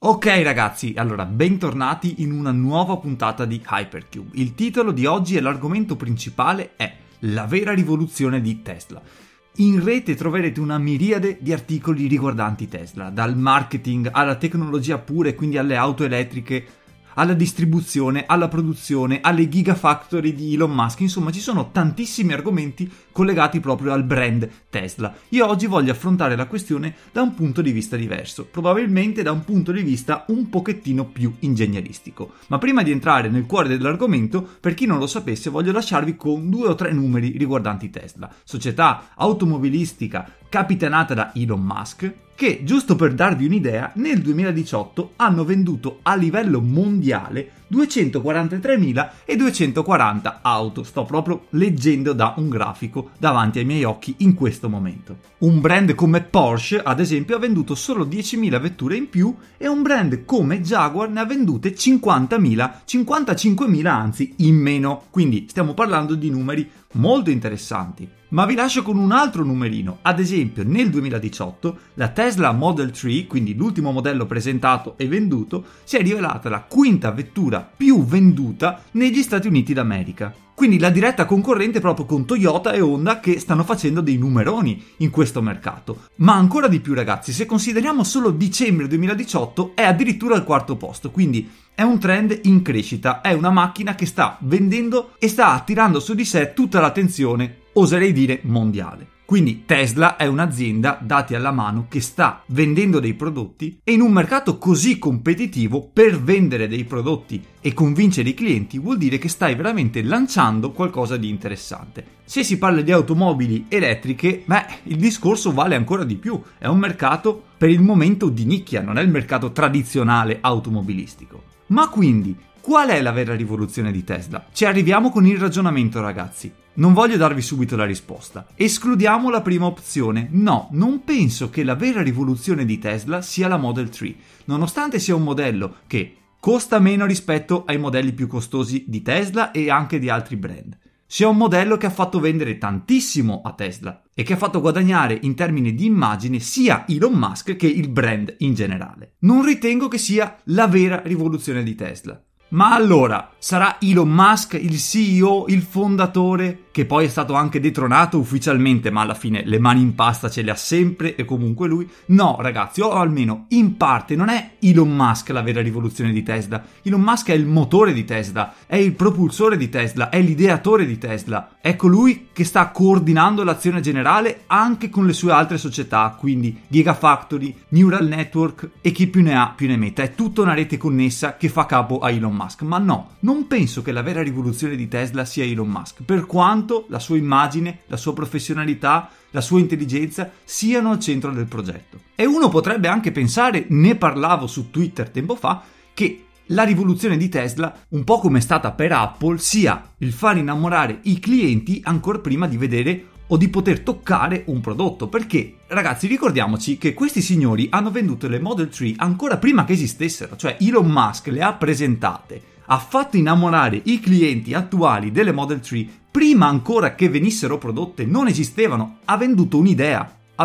Ok ragazzi, allora bentornati in una nuova puntata di Hypercube. Il titolo di oggi e l'argomento principale è la vera rivoluzione di Tesla. In rete troverete una miriade di articoli riguardanti Tesla, dal marketing alla tecnologia pura e quindi alle auto elettriche, alla distribuzione, alla produzione, alle gigafactory di Elon Musk. Insomma, ci sono tantissimi argomenti collegati proprio al brand Tesla. Io oggi voglio affrontare la questione da un punto di vista diverso, probabilmente da un punto di vista un pochettino più ingegneristico. Ma prima di entrare nel cuore dell'argomento, per chi non lo sapesse, voglio lasciarvi con 2 o 3 numeri riguardanti Tesla, società automobilistica capitanata da Elon Musk, che, giusto per darvi un'idea, nel 2018 hanno venduto a livello mondiale 243.240 auto. Sto proprio leggendo da un grafico davanti ai miei occhi in questo momento. Un brand come Porsche, ad esempio, ha venduto solo 10.000 vetture in più e un brand come Jaguar ne ha vendute 55.000 anzi in meno. Quindi stiamo parlando di numeri molto interessanti. Ma vi lascio con un altro numerino. Ad esempio, nel 2018 la Tesla Model 3, quindi l'ultimo modello presentato e venduto, si è rivelata la quinta vettura più venduta negli Stati Uniti d'America. Quindi la diretta concorrente proprio con Toyota e Honda, che stanno facendo dei numeroni in questo mercato. Ma ancora di più ragazzi, se consideriamo solo dicembre 2018 è addirittura al quarto posto, quindi è un trend in crescita, è una macchina che sta vendendo e sta attirando su di sé tutta l'attenzione, oserei dire mondiale. Quindi Tesla è un'azienda, dati alla mano, che sta vendendo dei prodotti e in un mercato così competitivo, per vendere dei prodotti e convincere i clienti vuol dire che stai veramente lanciando qualcosa di interessante. Se si parla di automobili elettriche, il discorso vale ancora di più. È un mercato per il momento di nicchia, non è il mercato tradizionale automobilistico. Ma quindi, qual è la vera rivoluzione di Tesla? Ci arriviamo con il ragionamento, ragazzi. Non voglio darvi subito la risposta. Escludiamo la prima opzione. No, non penso che la vera rivoluzione di Tesla sia la Model 3, nonostante sia un modello che costa meno rispetto ai modelli più costosi di Tesla e anche di altri brand. Sia un modello che ha fatto vendere tantissimo a Tesla e che ha fatto guadagnare in termini di immagine sia Elon Musk che il brand in generale. Non ritengo che sia la vera rivoluzione di Tesla. Ma allora, sarà Elon Musk il CEO, il fondatore, che poi è stato anche detronato ufficialmente, ma alla fine le mani in pasta ce le ha sempre e comunque lui? No ragazzi, o almeno in parte non è Elon Musk la vera rivoluzione di Tesla. Elon Musk è il motore di Tesla, è il propulsore di Tesla, è l'ideatore di Tesla. È colui che sta coordinando l'azione generale anche con le sue altre società, quindi Gigafactory, Neural Network e chi più ne ha più ne metta. È tutta una rete connessa che fa capo a Elon Musk. Ma no, non penso che la vera rivoluzione di Tesla sia Elon Musk, per quanto la sua immagine, la sua professionalità, la sua intelligenza siano al centro del progetto. E uno potrebbe anche pensare, ne parlavo su Twitter tempo fa, che la rivoluzione di Tesla, un po' come è stata per Apple, sia il far innamorare i clienti ancora prima di vedere o di poter toccare un prodotto, perché ragazzi ricordiamoci che questi signori hanno venduto le Model 3 ancora prima che esistessero, cioè Elon Musk le ha presentate, ha fatto innamorare i clienti attuali delle Model 3 prima ancora che venissero prodotte, non esistevano, ha venduto un'idea a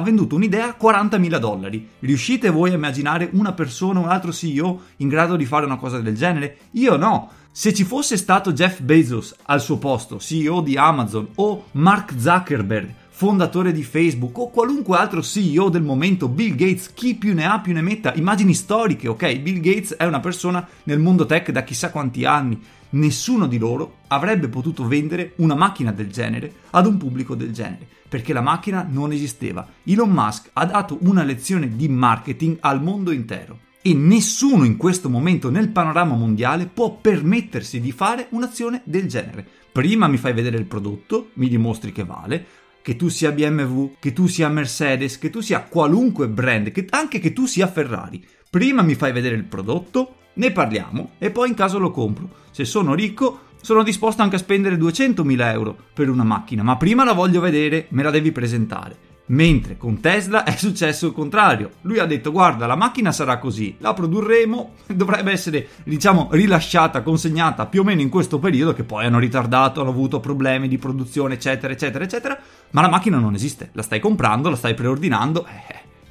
$40.000. Riuscite voi a immaginare una persona, un altro CEO in grado di fare una cosa del genere? Io no. Se ci fosse stato Jeff Bezos al suo posto, CEO di Amazon, o Mark Zuckerberg, fondatore di Facebook, o qualunque altro CEO del momento, Bill Gates, chi più ne ha più ne metta, immagini storiche, ok? Bill Gates è una persona nel mondo tech da chissà quanti anni. Nessuno di loro avrebbe potuto vendere una macchina del genere ad un pubblico del genere, perché la macchina non esisteva. Elon Musk ha dato una lezione di marketing al mondo intero. E nessuno in questo momento nel panorama mondiale può permettersi di fare un'azione del genere. Prima mi fai vedere il prodotto, mi dimostri che vale, che tu sia BMW, che tu sia Mercedes, che tu sia qualunque brand, anche che tu sia Ferrari. Prima mi fai vedere il prodotto, ne parliamo e poi in caso lo compro. Se sono ricco sono disposto anche a spendere 200.000 euro per una macchina, ma prima la voglio vedere, me la devi presentare. Mentre con Tesla è successo il contrario. Lui ha detto: guarda, la macchina sarà così, la produrremo, dovrebbe essere, rilasciata, consegnata più o meno in questo periodo, che poi hanno ritardato, hanno avuto problemi di produzione, eccetera, eccetera, eccetera, ma la macchina non esiste, la stai comprando, la stai preordinando,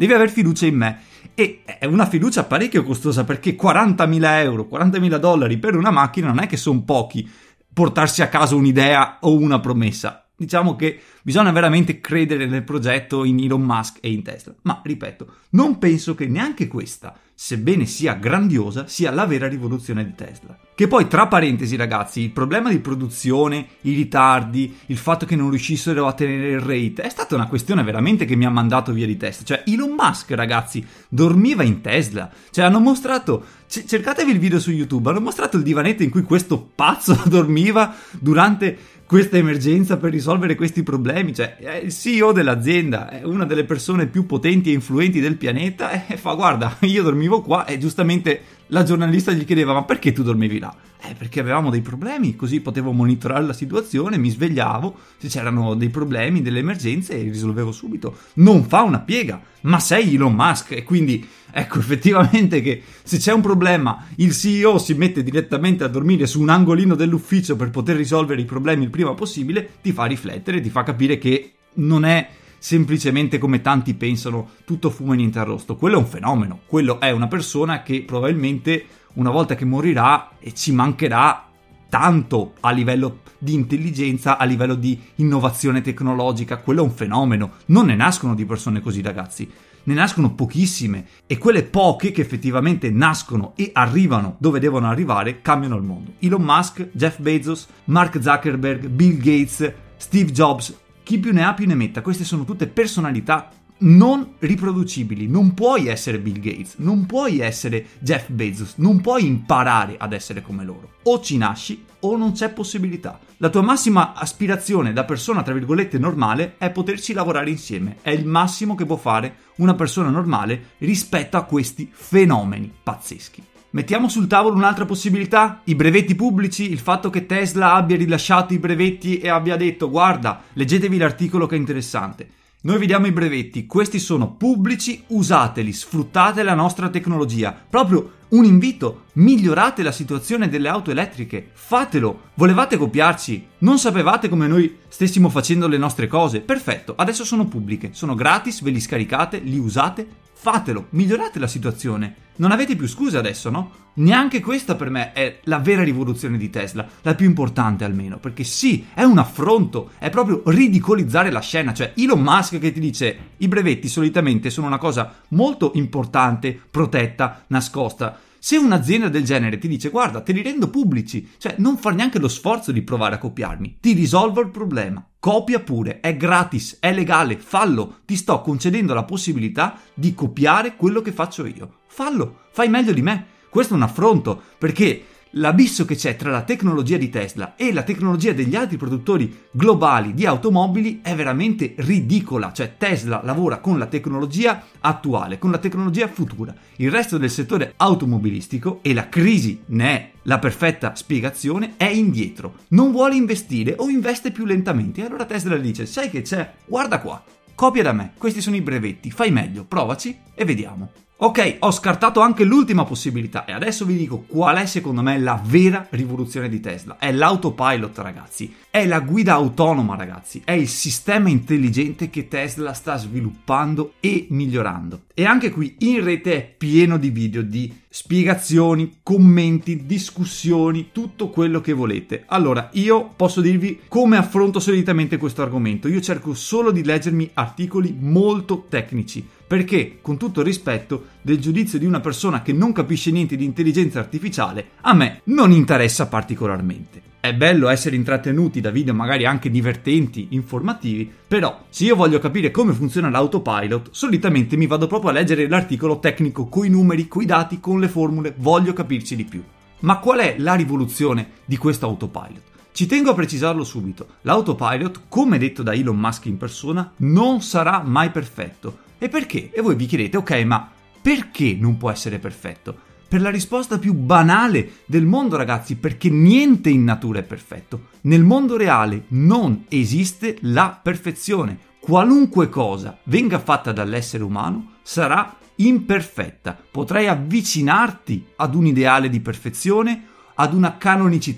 devi aver fiducia in me. E è una fiducia parecchio costosa, perché 40.000 euro, 40.000 dollari per una macchina non è che sono pochi, portarsi a casa un'idea o una promessa. Diciamo che bisogna veramente credere nel progetto, in Elon Musk e in Tesla. Ma, ripeto, non penso che neanche questa, sebbene sia grandiosa, sia la vera rivoluzione di Tesla. Che poi, tra parentesi ragazzi, il problema di produzione, i ritardi, il fatto che non riuscissero a tenere il rate, è stata una questione veramente che mi ha mandato via di testa. Cioè, Elon Musk, ragazzi, dormiva in Tesla. Cioè, hanno mostrato... cercatevi il video su YouTube, hanno mostrato il divanetto in cui questo pazzo dormiva durante questa emergenza per risolvere questi problemi. Cioè, è il CEO dell'azienda, è una delle persone più potenti e influenti del pianeta, e fa: guarda, io dormivo qua. E giustamente la giornalista gli chiedeva: ma perché tu dormivi là? Perché avevamo dei problemi, così potevo monitorare la situazione, mi svegliavo, se c'erano dei problemi, delle emergenze, e risolvevo subito. Non fa una piega, ma sei Elon Musk, e quindi ecco, effettivamente, che se c'è un problema il CEO si mette direttamente a dormire su un angolino dell'ufficio per poter risolvere i problemi il prima possibile, ti fa riflettere, ti fa capire che non è semplicemente come tanti pensano tutto fumo e niente arrosto. Quello è un fenomeno, quello è una persona che probabilmente una volta che morirà ci mancherà tanto a livello di intelligenza, a livello di innovazione tecnologica. Quello è un fenomeno, non ne nascono di persone così, ragazzi, ne nascono pochissime, e quelle poche che effettivamente nascono e arrivano dove devono arrivare cambiano il mondo. Elon Musk, Jeff Bezos, Mark Zuckerberg, Bill Gates, Steve Jobs, chi più ne ha più ne metta, queste sono tutte personalità non riproducibili. Non puoi essere Bill Gates, non puoi essere Jeff Bezos, non puoi imparare ad essere come loro. O ci nasci o non c'è possibilità. La tua massima aspirazione da persona, tra virgolette, normale è poterci lavorare insieme. È il massimo che può fare una persona normale rispetto a questi fenomeni pazzeschi. Mettiamo sul tavolo un'altra possibilità, i brevetti pubblici, il fatto che Tesla abbia rilasciato i brevetti e abbia detto: guarda, leggetevi l'articolo che è interessante. Noi vi diamo i brevetti, questi sono pubblici, usateli, sfruttate la nostra tecnologia. Proprio un invito: migliorate la situazione delle auto elettriche, fatelo. Volevate copiarci? Non sapevate come noi stessimo facendo le nostre cose? Perfetto, adesso sono pubbliche, sono gratis, ve li scaricate, li usate, fatelo, migliorate la situazione. Non avete più scuse adesso, no? Neanche questa per me è la vera rivoluzione di Tesla, la più importante almeno, perché sì, è un affronto, è proprio ridicolizzare la scena. Cioè, Elon Musk che ti dice: i brevetti solitamente sono una cosa molto importante, protetta, nascosta. Se un'azienda del genere ti dice: guarda, te li rendo pubblici, cioè non far neanche lo sforzo di provare a copiarmi, ti risolvo il problema, copia pure, è gratis, è legale, fallo, ti sto concedendo la possibilità di copiare quello che faccio io, fallo, fai meglio di me. Questo è un affronto, perché l'abisso che c'è tra la tecnologia di Tesla e la tecnologia degli altri produttori globali di automobili è veramente ridicola. Cioè, Tesla lavora con la tecnologia attuale, con la tecnologia futura. Il resto del settore automobilistico, e la crisi ne è la perfetta spiegazione, è indietro. Non vuole investire o investe più lentamente. E allora Tesla le dice: sai che c'è? Guarda qua, copia da me, questi sono i brevetti, fai meglio, provaci e vediamo. Ok, ho scartato anche l'ultima possibilità e adesso vi dico qual è secondo me la vera rivoluzione di Tesla. È l'autopilot, ragazzi. È la guida autonoma, ragazzi. È il sistema intelligente che Tesla sta sviluppando e migliorando. E anche qui in rete è pieno di video, di spiegazioni, commenti, discussioni, tutto quello che volete. Allora, io posso dirvi come affronto solitamente questo argomento. Io cerco solo di leggermi articoli molto tecnici, perché, con tutto il rispetto del giudizio di una persona che non capisce niente di intelligenza artificiale, a me non interessa particolarmente. È bello essere intrattenuti da video magari anche divertenti, informativi, però se io voglio capire come funziona l'autopilot, solitamente mi vado proprio a leggere l'articolo tecnico coi numeri, coi dati, con le formule, voglio capirci di più. Ma qual è la rivoluzione di questo autopilot? Ci tengo a precisarlo subito, l'autopilot, come detto da Elon Musk in persona, non sarà mai perfetto. E perché? E voi vi chiedete: ok, ma perché non può essere perfetto? Per la risposta più banale del mondo, ragazzi, perché niente in natura è perfetto. Nel mondo reale non esiste la perfezione. Qualunque cosa venga fatta dall'essere umano sarà imperfetta. Potrai avvicinarti ad un ideale di perfezione, ad una canonicità,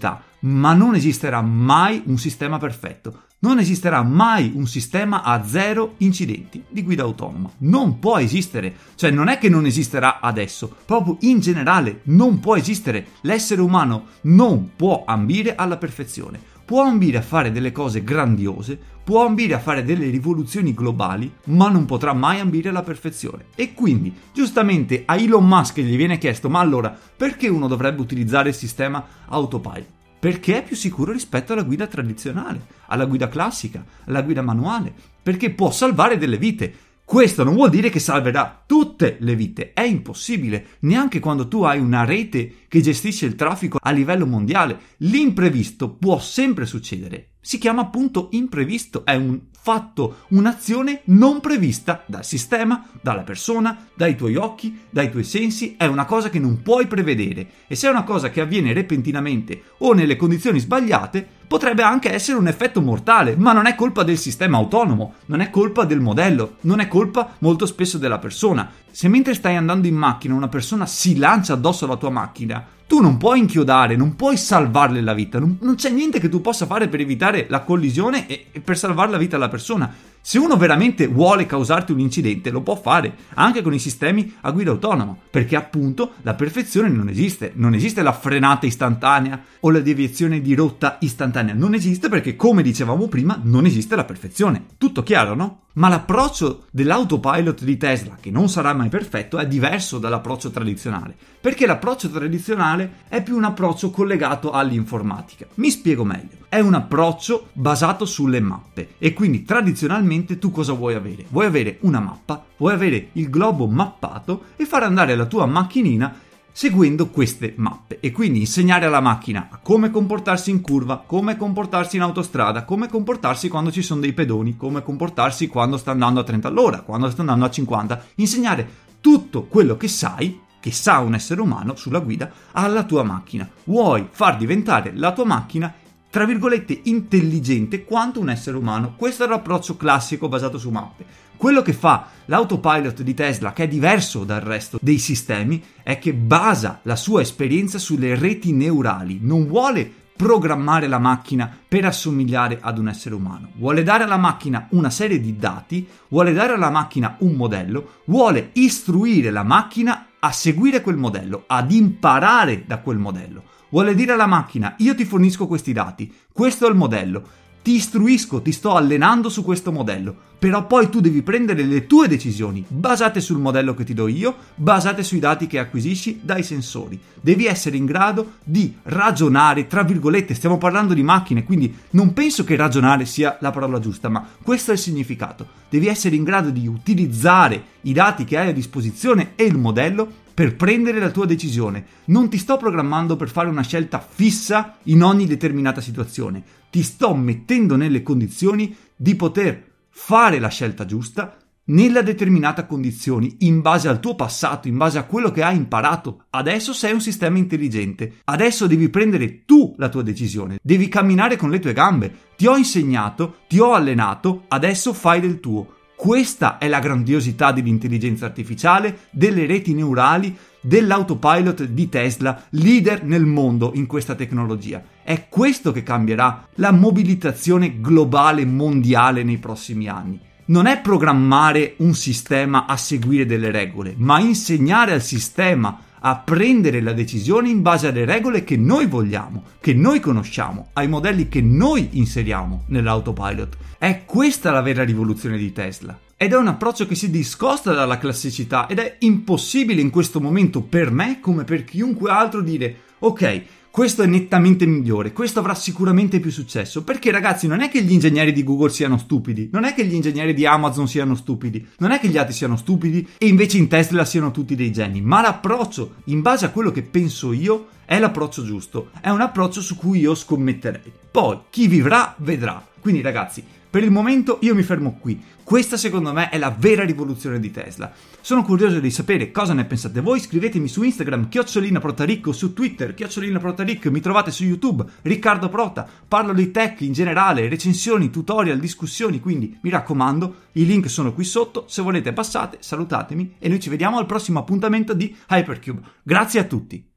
ma non esisterà mai un sistema perfetto. Non esisterà mai un sistema a 0 incidenti di guida autonoma. Non può esistere. Cioè, non è che non esisterà adesso. Proprio in generale non può esistere. L'essere umano non può ambire alla perfezione. Può ambire a fare delle cose grandiose, può ambire a fare delle rivoluzioni globali, ma non potrà mai ambire alla perfezione. E quindi, giustamente, a Elon Musk gli viene chiesto: ma allora, perché uno dovrebbe utilizzare il sistema autopilot? Perché è più sicuro rispetto alla guida tradizionale, alla guida classica, alla guida manuale, perché può salvare delle vite. Questo non vuol dire che salverà tutte le vite, è impossibile, neanche quando tu hai una rete che gestisce il traffico a livello mondiale. L'imprevisto può sempre succedere. Si chiama appunto imprevisto, è un fatto, un'azione non prevista dal sistema, dalla persona, dai tuoi occhi, dai tuoi sensi, è una cosa che non puoi prevedere, e se è una cosa che avviene repentinamente o nelle condizioni sbagliate, potrebbe anche essere un effetto mortale, ma non è colpa del sistema autonomo, non è colpa del modello, non è colpa molto spesso della persona. Se mentre stai andando in macchina una persona si lancia addosso alla tua macchina, tu non puoi inchiodare, non puoi salvarle la vita, non c'è niente che tu possa fare per evitare la collisione e per salvare la vita alla persona. Se uno veramente vuole causarti un incidente, lo può fare, anche con i sistemi a guida autonoma, perché appunto la perfezione non esiste. Non esiste la frenata istantanea o la deviazione di rotta istantanea. Non esiste perché, come dicevamo prima, non esiste la perfezione. Tutto chiaro, no? Ma l'approccio dell'autopilot di Tesla, che non sarà mai perfetto, è diverso dall'approccio tradizionale, perché l'approccio tradizionale è più un approccio collegato all'informatica. Mi spiego meglio. È un approccio basato sulle mappe, e quindi tradizionalmente tu cosa vuoi avere? Vuoi avere una mappa, vuoi avere il globo mappato e far andare la tua macchinina seguendo queste mappe, e quindi insegnare alla macchina a come comportarsi in curva, come comportarsi in autostrada, come comportarsi quando ci sono dei pedoni, come comportarsi quando sta andando a 30 all'ora, quando sta andando a 50, insegnare tutto quello che sai, che sa un essere umano sulla guida, alla tua macchina. Vuoi far diventare la tua macchina, tra virgolette, intelligente quanto un essere umano. Questo è l'approccio classico basato su mappe. Quello che fa l'autopilot di Tesla, che è diverso dal resto dei sistemi, è che basa la sua esperienza sulle reti neurali. Non vuole programmare la macchina per assomigliare ad un essere umano. Vuole dare alla macchina una serie di dati, vuole dare alla macchina un modello, vuole istruire la macchina a seguire quel modello, ad imparare da quel modello. Vuole dire alla macchina: io ti fornisco questi dati, questo è il modello, ti istruisco, ti sto allenando su questo modello, però poi tu devi prendere le tue decisioni basate sul modello che ti do io, basate sui dati che acquisisci dai sensori. Devi essere in grado di ragionare, tra virgolette, stiamo parlando di macchine, quindi non penso che ragionare sia la parola giusta, ma questo è il significato. Devi essere in grado di utilizzare i dati che hai a disposizione e il modello per prendere la tua decisione. Non ti sto programmando per fare una scelta fissa in ogni determinata situazione. Ti sto mettendo nelle condizioni di poter fare la scelta giusta nella determinata condizioni, in base al tuo passato, in base a quello che hai imparato. Adesso sei un sistema intelligente. Adesso devi prendere tu la tua decisione. Devi camminare con le tue gambe. Ti ho insegnato, ti ho allenato, adesso fai del tuo. Questa è la grandiosità dell'intelligenza artificiale, delle reti neurali, dell'autopilot di Tesla, leader nel mondo in questa tecnologia. È questo che cambierà la mobilitazione globale mondiale nei prossimi anni. Non è programmare un sistema a seguire delle regole, ma insegnare al sistema a prendere la decisione in base alle regole che noi vogliamo, che noi conosciamo, ai modelli che noi inseriamo nell'autopilot. È questa la vera rivoluzione di Tesla. Ed è un approccio che si discosta dalla classicità ed è impossibile in questo momento per me come per chiunque altro dire: ok, questo è nettamente migliore, questo avrà sicuramente più successo. Perché ragazzi, non è che gli ingegneri di Google siano stupidi, non è che gli ingegneri di Amazon siano stupidi, non è che gli altri siano stupidi e invece in Tesla siano tutti dei geni, ma l'approccio in base a quello che penso io è l'approccio giusto, è un approccio su cui io scommetterei. Poi chi vivrà vedrà. Quindi ragazzi, per il momento io mi fermo qui. Questa secondo me è la vera rivoluzione di Tesla. Sono curioso di sapere cosa ne pensate voi. Scrivetemi su Instagram @protaric o su Twitter @protaric. Mi trovate su YouTube Riccardo Prota. Parlo di tech in generale, recensioni, tutorial, discussioni, quindi mi raccomando, i link sono qui sotto. Se volete passate, salutatemi e noi ci vediamo al prossimo appuntamento di Hypercube. Grazie a tutti.